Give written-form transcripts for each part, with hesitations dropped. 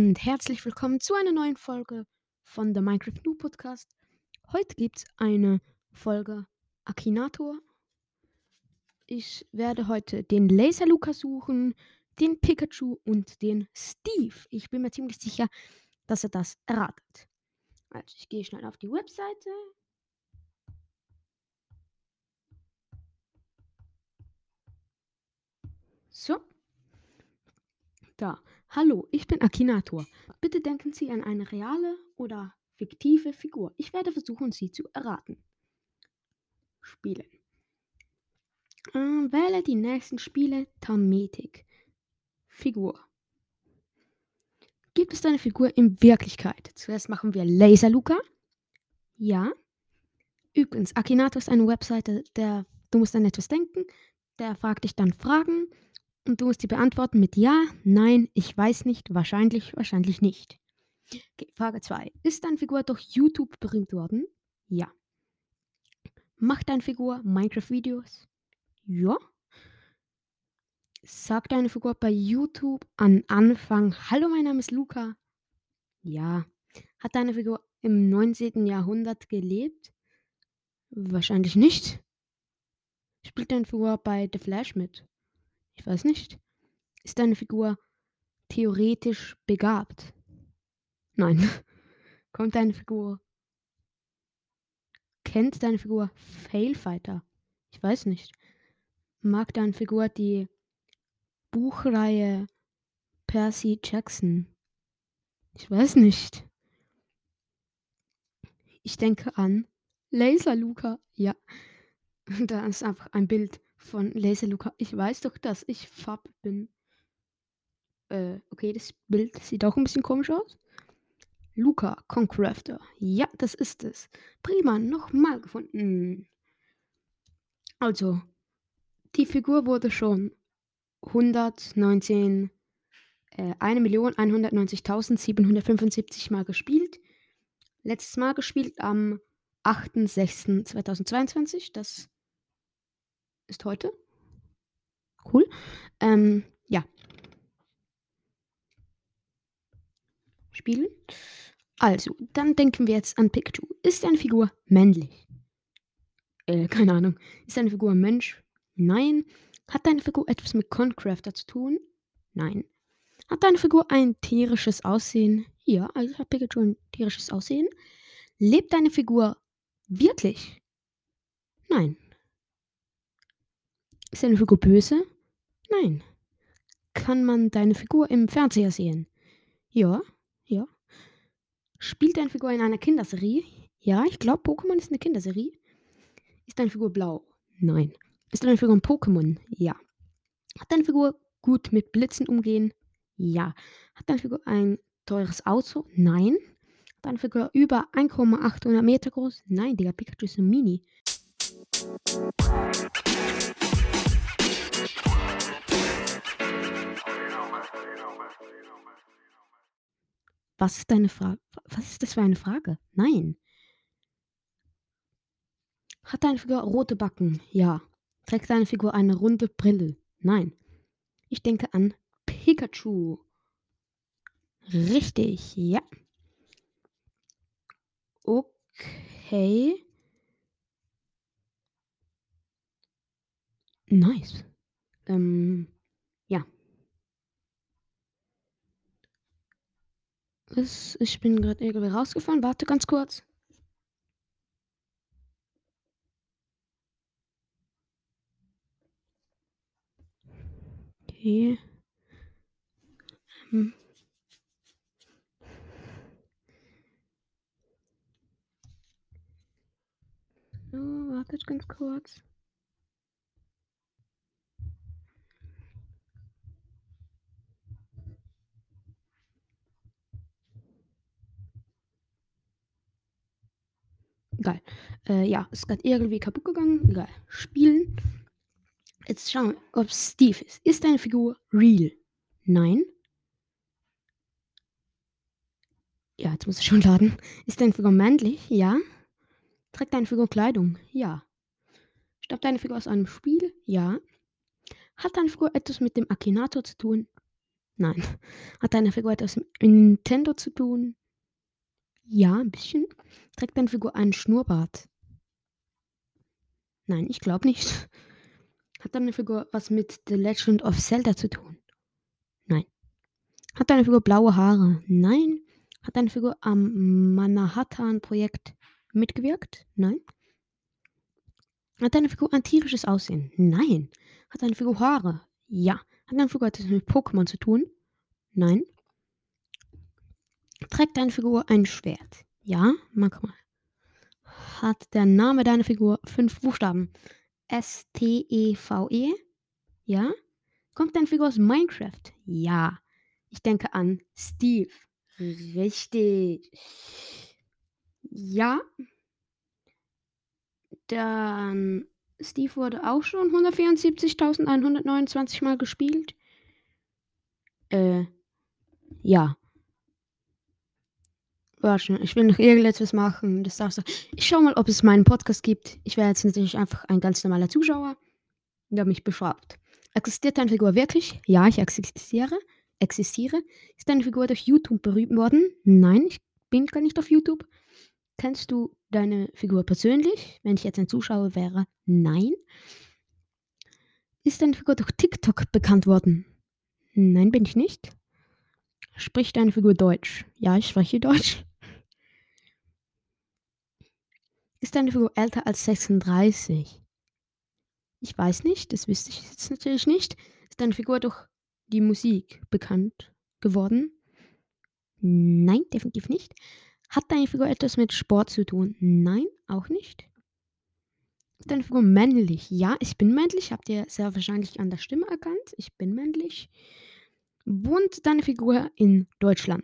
und herzlich willkommen zu einer neuen Folge von der Minecraft Noob Podcast. Heute gibt es eine Folge Akinator. Ich werde heute den Laser Luca suchen, den Pikachu und den Steve. Ich bin mir ziemlich sicher, dass er das erratet. Also ich gehe schnell auf die Webseite. So. Da. Hallo, ich bin Akinator. Bitte denken Sie an eine reale oder fiktive Figur. Ich werde versuchen, sie zu erraten. Spielen. Wähle die nächsten Spiele Tametik. Figur. Gibt es deine Figur in Wirklichkeit? Zuerst machen wir Laser Luca. Ja. Übrigens, Akinator ist eine Webseite, du musst an etwas denken. Der fragt dich dann Fragen und du musst die beantworten mit Ja, Nein, ich weiß nicht, wahrscheinlich, wahrscheinlich nicht. Okay, Frage 2. Ist deine Figur durch YouTube berühmt worden? Ja. Macht deine Figur Minecraft-Videos? Ja. Sagt deine Figur bei YouTube am Anfang, Hallo, mein Name ist Luca? Ja. Hat deine Figur im 19. Jahrhundert gelebt? Wahrscheinlich nicht. Spielt deine Figur bei The Flash mit? Ich weiß nicht. Ist deine Figur theoretisch begabt? Nein. Kommt deine Figur. Kennt deine Figur Failfighter? Ich weiß nicht. Mag deine Figur die Buchreihe Percy Jackson? Ich weiß nicht. Ich denke an Laser Luca. Ja. Da ist einfach ein Bild von Laser Luca. Ich weiß doch, dass ich Fab bin. Okay, das Bild sieht auch ein bisschen komisch aus. Luca Concrafter. Ja, das ist es. Prima, nochmal gefunden. Also, die Figur wurde schon 1.190.775 Mal gespielt. Letztes Mal gespielt am 8.6.2022. Das ist heute. Cool. Ja. Spielen. Also, dann denken wir jetzt an Pikachu. Ist eine Figur männlich? Keine Ahnung. Ist eine Figur ein Mensch? Nein. Hat deine Figur etwas mit Concrafter zu tun? Nein. Hat deine Figur ein tierisches Aussehen? Ja, also hat Pikachu ein tierisches Aussehen. Lebt deine Figur wirklich? Nein. Ist deine Figur böse? Nein. Kann man deine Figur im Fernseher sehen? Ja, ja. Spielt deine Figur in einer Kinderserie? Ja, ich glaube, Pokémon ist eine Kinderserie. Ist deine Figur blau? Nein. Ist deine Figur ein Pokémon? Ja. Hat deine Figur gut mit Blitzen umgehen? Ja. Hat deine Figur ein teures Auto? Nein. Hat deine Figur über 1,800 Meter groß? Nein, Digga, Pikachu ist ein Mini. Was ist deine Frage? Was ist das für eine Frage? Nein. Hat deine Figur rote Backen? Ja. Trägt deine Figur eine runde Brille? Nein. Ich denke an Pikachu. Richtig, ja. Okay. Nice. Ja. Ich bin gerade irgendwie rausgefahren. Warte ganz kurz. Okay. So, wartet ganz kurz. Geil. Ja, ist gerade irgendwie kaputt gegangen. Egal. Spielen. Jetzt schauen wir, ob Steve ist. Ist deine Figur real? Nein. Ja, jetzt muss ich schon laden. Ist deine Figur männlich? Ja. Trägt deine Figur Kleidung? Ja. Stammt deine Figur aus einem Spiel? Ja. Hat deine Figur etwas mit dem Akinator zu tun? Nein. Hat deine Figur etwas mit Nintendo zu tun? Ja, ein bisschen. Trägt deine Figur einen Schnurrbart? Nein, ich glaube nicht. Hat deine Figur was mit The Legend of Zelda zu tun? Nein. Hat deine Figur blaue Haare? Nein. Hat deine Figur am Manhattan-Projekt mitgewirkt? Nein. Hat deine Figur ein tierisches Aussehen? Nein. Hat deine Figur Haare? Ja. Hat deine Figur etwas mit Pokémon zu tun? Nein. Trägt deine Figur ein Schwert? Ja. Manchmal. Hat der Name deiner Figur 5 Buchstaben? Steve? Ja. Kommt deine Figur aus Minecraft? Ja. Ich denke an Steve. Richtig. Ja, dann Steve wurde auch schon 174.129 Mal gespielt. Ja. Warte, ich will noch irgendetwas machen. Das darfst du. Ich schau mal, ob es meinen Podcast gibt. Ich wäre jetzt natürlich einfach ein ganz normaler Zuschauer, der mich befragt. Existiert deine Figur wirklich? Ja, ich existiere. Ist deine Figur durch YouTube berühmt worden? Nein, ich bin gar nicht auf YouTube. Kennst du deine Figur persönlich? Wenn ich jetzt ein Zuschauer wäre? Nein. Ist deine Figur durch TikTok bekannt worden? Nein, bin ich nicht. Spricht deine Figur Deutsch? Ja, ich spreche Deutsch. Ist deine Figur älter als 36? Ich weiß nicht, das wüsste ich jetzt natürlich nicht. Ist deine Figur durch die Musik bekannt geworden? Nein, definitiv nicht. Hat deine Figur etwas mit Sport zu tun? Nein, auch nicht. Ist deine Figur männlich? Ja, ich bin männlich. Habt ihr sehr wahrscheinlich an der Stimme erkannt. Ich bin männlich. Wohnt deine Figur in Deutschland?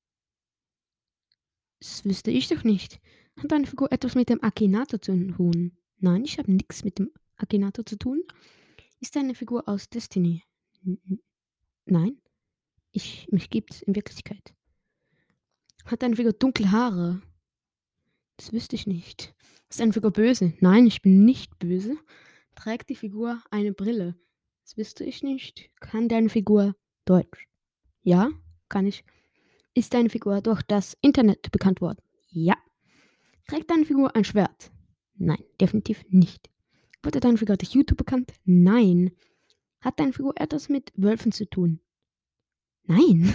Das wüsste ich doch nicht. Hat deine Figur etwas mit dem Akinator zu tun? Nein, ich habe nichts mit dem Akinator zu tun. Ist deine Figur aus Destiny? Nein, mich gibt's in Wirklichkeit. Hat deine Figur dunkle Haare? Das wüsste ich nicht. Ist deine Figur böse? Nein, ich bin nicht böse. Trägt die Figur eine Brille? Das wüsste ich nicht. Kann deine Figur Deutsch? Ja, kann ich. Ist deine Figur durch das Internet bekannt worden? Ja. Trägt deine Figur ein Schwert? Nein, definitiv nicht. Wurde deine Figur durch YouTube bekannt? Nein. Hat deine Figur etwas mit Wölfen zu tun? Nein.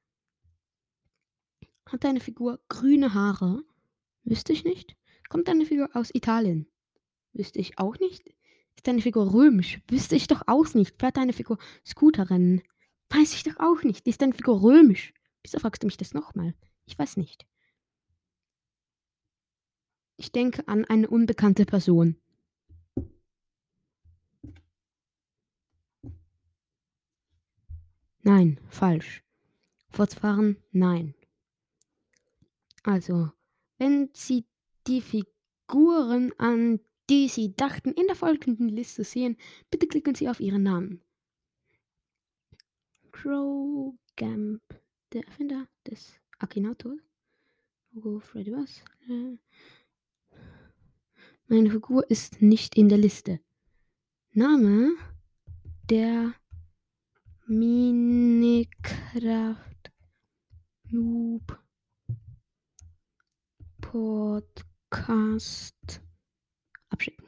Hat deine Figur grüne Haare? Wüsste ich nicht. Kommt deine Figur aus Italien? Wüsste ich auch nicht. Ist deine Figur römisch? Wüsste ich doch auch nicht. Fährt deine Figur Scooterrennen? Weiß ich doch auch nicht. Ist deine Figur römisch? Wieso fragst du mich das nochmal? Ich weiß nicht. Ich denke an eine unbekannte Person. Nein, falsch. Fortfahren? Nein. Also, wenn Sie die Figuren, an die Sie dachten, in der folgenden Liste sehen, bitte klicken Sie auf Ihren Namen. Crow Gamp, der Erfinder des Akinators. Hugo Freddy was? Meine Figur ist nicht in der Liste. Name der Minecraft Noob Podcast abschicken.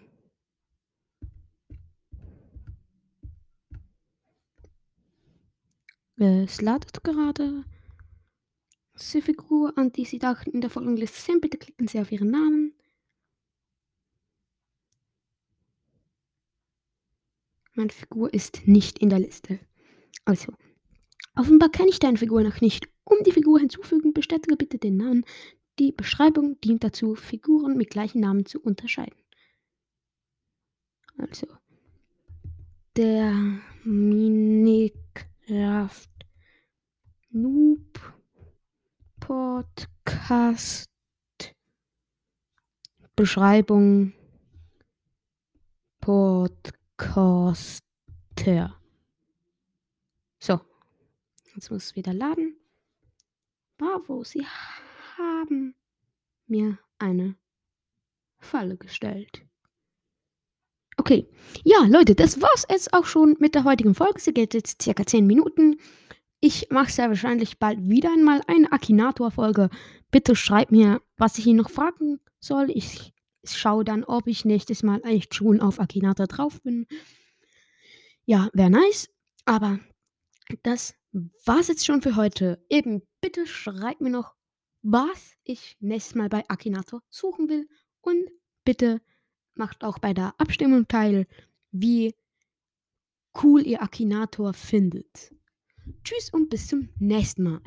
Es ladet gerade. Die Figur, an die Sie dachten, in der folgenden Liste sind, bitte klicken Sie auf Ihren Namen. Meine Figur ist nicht in der Liste. Also, offenbar kenne ich deine Figur noch nicht. Um die Figur hinzufügen, bestätige bitte den Namen. Die Beschreibung dient dazu, Figuren mit gleichen Namen zu unterscheiden. Also, der Minecraft Noob Podcast Beschreibung Podcaster. So, jetzt muss es wieder laden. Bravo, Sie haben mir eine Falle gestellt. Okay, ja Leute, das war's jetzt auch schon mit der heutigen Folge. Sie geht jetzt circa 10 Minuten. Ich mache sehr wahrscheinlich bald wieder einmal eine Akinator-Folge. Bitte schreib mir, was ich ihn noch fragen soll. Ich schaue dann, ob ich nächstes Mal echt schon auf Akinator drauf bin. Ja, wäre nice. Aber das war's jetzt schon für heute. Eben, bitte schreibt mir noch, was ich nächstes Mal bei Akinator suchen will. Und bitte macht auch bei der Abstimmung teil, wie cool ihr Akinator findet. Tschüss und bis zum nächsten Mal.